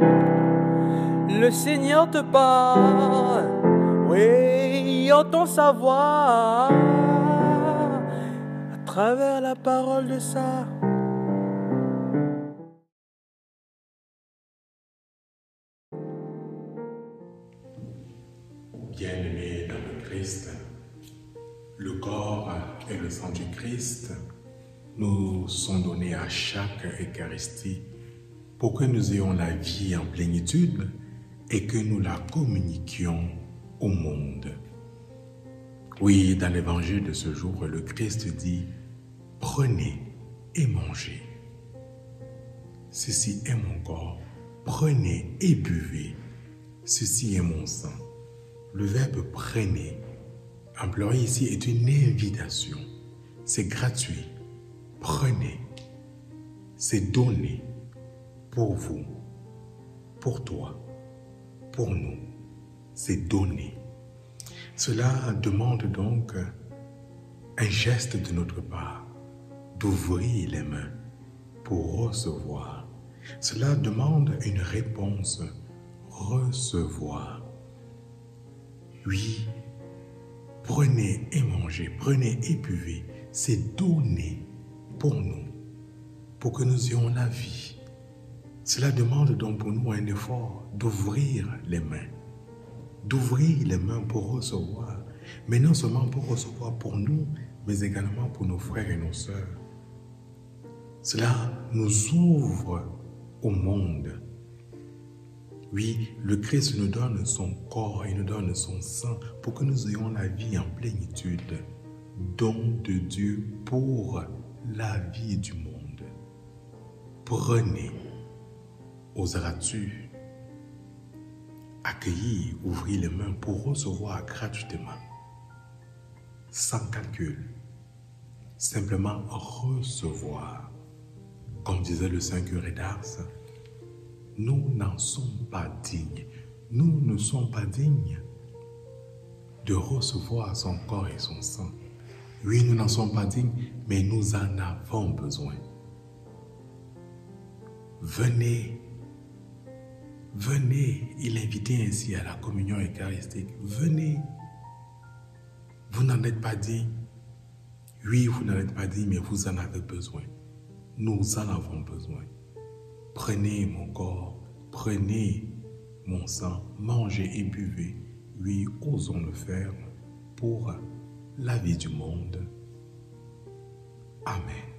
Le Seigneur te parle, oui, entend sa voix à travers la parole de ça. Bien-aimés dans le Christ, le corps et le sang du Christ nous sont donnés à chaque Eucharistie pour que nous ayons la vie en plénitude et que nous la communiquions au monde. Oui, dans l'évangile de ce jour, le Christ dit « Prenez et mangez. Ceci est mon corps, prenez et buvez. Ceci est mon sang. » Le verbe « prenez » employé ici est une invitation. C'est gratuit. Prenez. C'est donné pour vous, pour toi, pour nous. C'est donné. Cela demande donc un geste de notre part, d'ouvrir les mains pour recevoir. Cela demande une réponse, recevoir. Oui, prenez et mangez, prenez et buvez. C'est donné pour nous, pour que nous ayons la vie. Cela demande donc pour nous un effort d'ouvrir les mains. D'ouvrir les mains pour recevoir. Mais non seulement pour recevoir pour nous, mais également pour nos frères et nos sœurs. Cela nous ouvre au monde. Oui, le Christ nous donne son corps et nous donne son sang pour que nous ayons la vie en plénitude. Don de Dieu pour la vie du monde. Prenez, oseras-tu accueillir, ouvrir les mains pour recevoir gratuitement, sans calcul, simplement recevoir. Comme disait le Saint curé d'Ars, nous n'en sommes pas dignes. Nous ne sommes pas dignes de recevoir son corps et son sang. Oui, nous n'en sommes pas dignes, mais nous en avons besoin. Venez, venez, il invitait ainsi à la communion eucharistique. Venez, vous n'en êtes pas digne. Oui, vous n'en êtes pas digne, mais vous en avez besoin. Nous en avons besoin. Prenez mon corps, prenez mon sang, mangez et buvez. Oui, osons le faire pour la vie du monde. Amen.